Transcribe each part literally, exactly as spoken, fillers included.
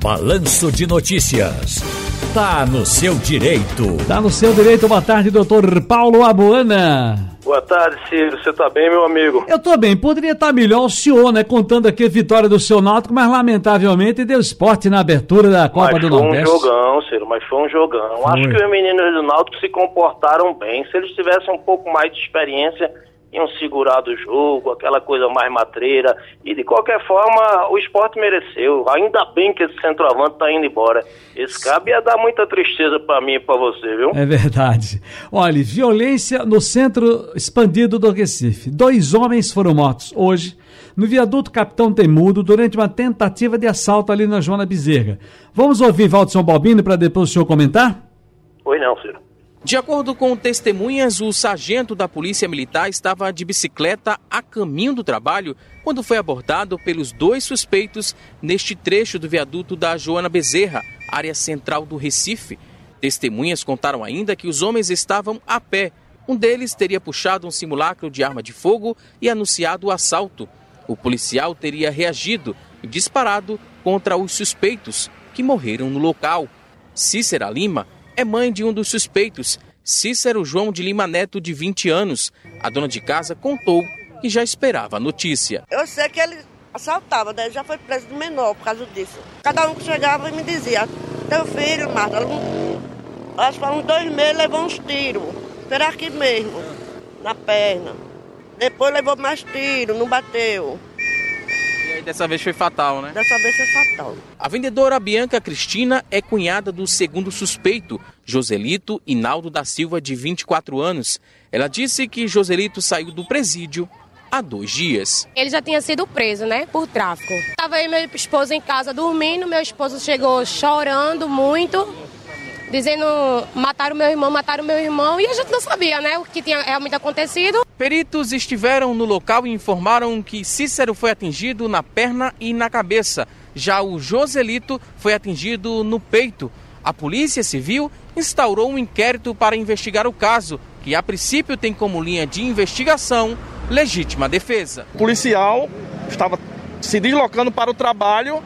Balanço de Notícias. Tá no seu direito. Tá no seu direito. Boa tarde, doutor Paulo Abuana. Boa tarde, Ciro. Você tá bem, meu amigo? Eu tô bem. Poderia estar melhor o senhor, né? Contando aqui a vitória do seu Náutico, mas lamentavelmente deu esporte na abertura da Copa mas do Nordeste. Mas foi um jogão, Ciro. Mas foi um jogão. Foi. Acho que os meninos do Náutico se comportaram bem. Se eles tivessem um pouco mais de experiência, iam segurar do jogo, aquela coisa mais matreira. E de qualquer forma, o esporte mereceu. Ainda bem que esse centroavante tá indo embora. Esse cabo ia dar muita tristeza pra mim e pra você, viu? É verdade. Olha, violência no centro expandido do Recife. Dois homens foram mortos hoje no viaduto Capitão Temudo durante uma tentativa de assalto ali na Joana Bezerra. Vamos ouvir Valdson Balbino para depois o senhor comentar? Pois não, Ciro. De acordo com testemunhas, o sargento da Polícia Militar estava de bicicleta a caminho do trabalho quando foi abordado pelos dois suspeitos neste trecho do viaduto da Joana Bezerra, área central do Recife. Testemunhas contaram ainda que os homens estavam a pé. Um deles teria puxado um simulacro de arma de fogo e anunciado o assalto. O policial teria reagido e disparado contra os suspeitos, que morreram no local. Cícera Lima é mãe de um dos suspeitos, Cícero João de Lima Neto, de vinte anos. A dona de casa contou que já esperava a notícia. Eu sei que ele assaltava, né? Já foi preso de menor por causa disso. Cada um que chegava e me dizia: teu filho, Marta, acho que foram uns dois meses, levou uns tiros. Será aqui mesmo, na perna. Depois levou mais tiros, não bateu. E aí dessa vez foi fatal, né? Dessa vez foi fatal. A vendedora Bianca Cristina é cunhada do segundo suspeito, Joselito Inaldo da Silva, de vinte e quatro anos. Ela disse que Joselito saiu do presídio há dois dias. Ele já tinha sido preso, né, por tráfico. Estava aí meu esposo em casa dormindo, meu esposo chegou chorando muito, dizendo: mataram meu irmão, mataram meu irmão, e a gente não sabia, né, o que tinha realmente acontecido. Peritos estiveram no local e informaram que Cícero foi atingido na perna e na cabeça. Já o Joselito foi atingido no peito. A Polícia Civil instaurou um inquérito para investigar o caso, que a princípio tem como linha de investigação legítima defesa. O policial estava se deslocando para o trabalho,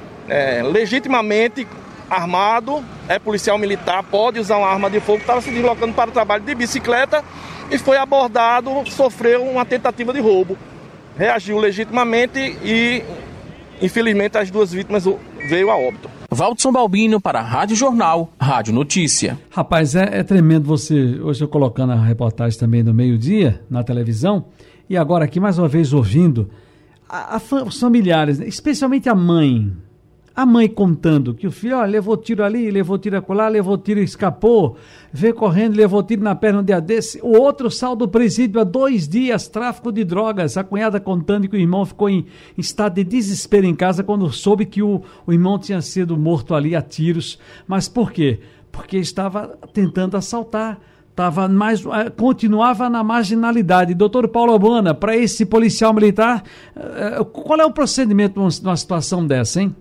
é, legitimamente armado, é policial militar, pode usar uma arma de fogo, estava se deslocando para o trabalho de bicicleta e foi abordado, sofreu uma tentativa de roubo. Reagiu legitimamente e, infelizmente, as duas vítimas veio a óbito. Valdson Balbino para a Rádio Jornal, Rádio Notícia. Rapaz, é, é tremendo você, hoje eu colocando a reportagem também no meio-dia, na televisão, e agora aqui mais uma vez ouvindo a, a, os familiares, especialmente a mãe, a mãe contando que o filho, ó, levou tiro ali, levou tiro acolá, levou tiro e escapou, veio correndo, levou tiro na perna um dia desse. O outro saiu do presídio há dois dias, tráfico de drogas. A cunhada contando que o irmão ficou em, em estado de desespero em casa quando soube que o, o irmão tinha sido morto ali a tiros. Mas por quê? Porque estava tentando assaltar. Tava mais, continuava na marginalidade. Doutor Paulo Abuana, para esse policial militar, qual é o procedimento numa situação dessa, hein?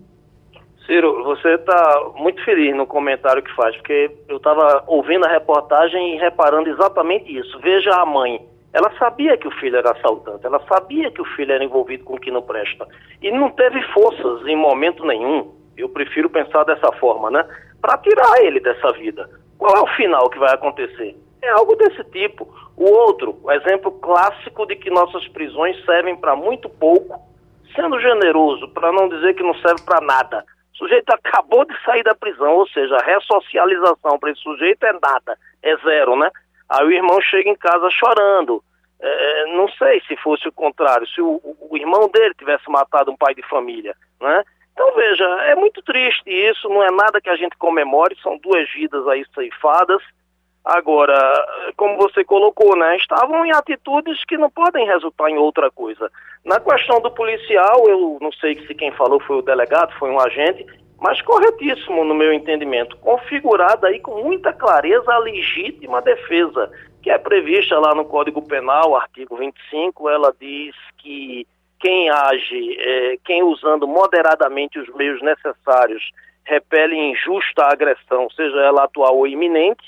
Ciro, você está muito feliz no comentário que faz, porque eu estava ouvindo a reportagem e reparando exatamente isso. Veja a mãe, ela sabia que o filho era assaltante, ela sabia que o filho era envolvido com o que não presta, e não teve forças em momento nenhum, eu prefiro pensar dessa forma, né, para tirar ele dessa vida. Qual é o final que vai acontecer? É algo desse tipo. O outro, o exemplo clássico de que nossas prisões servem para muito pouco, sendo generoso, para não dizer que não serve para nada. O sujeito acabou de sair da prisão, ou seja, a ressocialização para esse sujeito é nada, é zero, né? Aí o irmão chega em casa chorando. É, não sei se fosse o contrário, se o, o irmão dele tivesse matado um pai de família, né? Então veja, é muito triste isso, não é nada que a gente comemore, são duas vidas aí ceifadas. Agora, como você colocou, né, estavam em atitudes que não podem resultar em outra coisa. Na questão do policial, eu não sei se quem falou foi o delegado, foi um agente, mas corretíssimo no meu entendimento, configurada aí com muita clareza a legítima defesa, que é prevista lá no Código Penal, artigo vinte e cinco, ela diz que quem age, é, quem usando moderadamente os meios necessários, repele injusta agressão, seja ela atual ou iminente,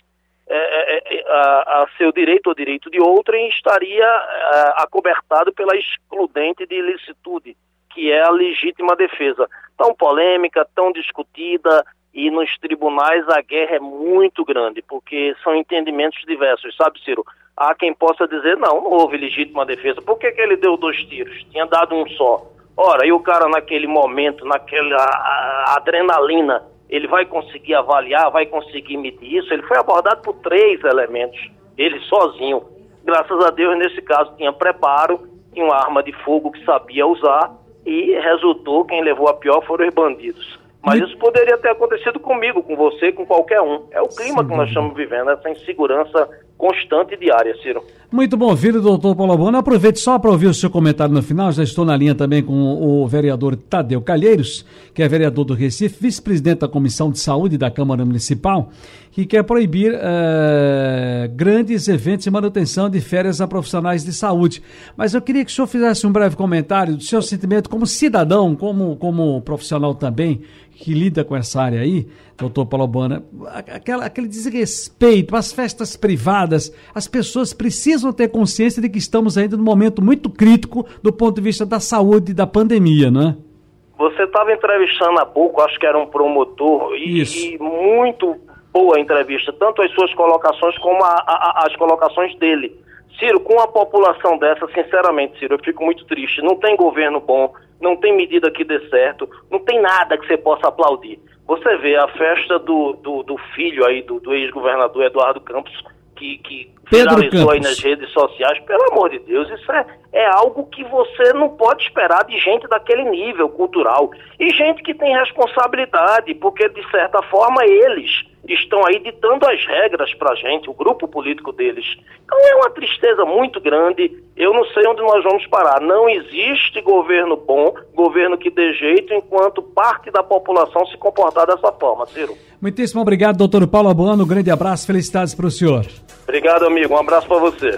É, é, a, a seu direito ou direito de outrem, estaria a, acobertado pela excludente de ilicitude, que é a legítima defesa. Tão polêmica, tão discutida, e nos tribunais a guerra é muito grande, porque são entendimentos diversos, sabe, Ciro? Há quem possa dizer, não, não houve legítima defesa. Por que que ele deu dois tiros? Tinha dado um só. Ora, e o cara naquele momento, naquela a, a adrenalina, ele vai conseguir avaliar, vai conseguir medir isso? Ele foi abordado por três elementos, ele sozinho. Graças a Deus, nesse caso, tinha preparo, tinha uma arma de fogo que sabia usar, e resultou, quem levou a pior foram os bandidos. Mas isso poderia ter acontecido comigo, com você, com qualquer um. É o clima Sim, que nós estamos vivendo, essa insegurança constante e diária, Ciro. Muito bom, filho, doutor Paulo Albano. Aproveite só para ouvir o seu comentário no final. Já estou na linha também com o vereador Tadeu Calheiros, que é vereador do Recife, vice-presidente da Comissão de Saúde da Câmara Municipal, que quer proibir uh, grandes eventos de manutenção de férias a profissionais de saúde. Mas eu queria que o senhor fizesse um breve comentário do seu sentimento como cidadão, como, como profissional também, que lida com essa área aí, doutor Paulo Albano, aquela, aquele desrespeito às festas privadas. As pessoas precisam ter consciência de que estamos ainda num momento muito crítico do ponto de vista da saúde e da pandemia, não é? Você estava entrevistando há pouco, acho que era um promotor, e, e muito boa a entrevista, tanto as suas colocações como a, a, as colocações dele. Ciro, com a população dessa, sinceramente, Ciro, eu fico muito triste. Não tem governo bom, não tem medida que dê certo, não tem nada que você possa aplaudir. Você vê a festa do, do, do filho aí, do, do ex-governador Eduardo Campos, que, que viralizou aí nas redes sociais. Pelo amor de Deus, isso é, é algo que você não pode esperar de gente daquele nível cultural. E gente que tem responsabilidade, porque de certa forma eles estão aí ditando as regras pra gente, o grupo político deles. Então é uma tristeza muito grande, eu não sei onde nós vamos parar. Não existe governo bom, governo que dê jeito, enquanto parte da população se comportar dessa forma, Ciro. Muitíssimo obrigado, doutor Paulo Albano, um grande abraço, felicidades para o senhor. Obrigado, amigo, um abraço para você.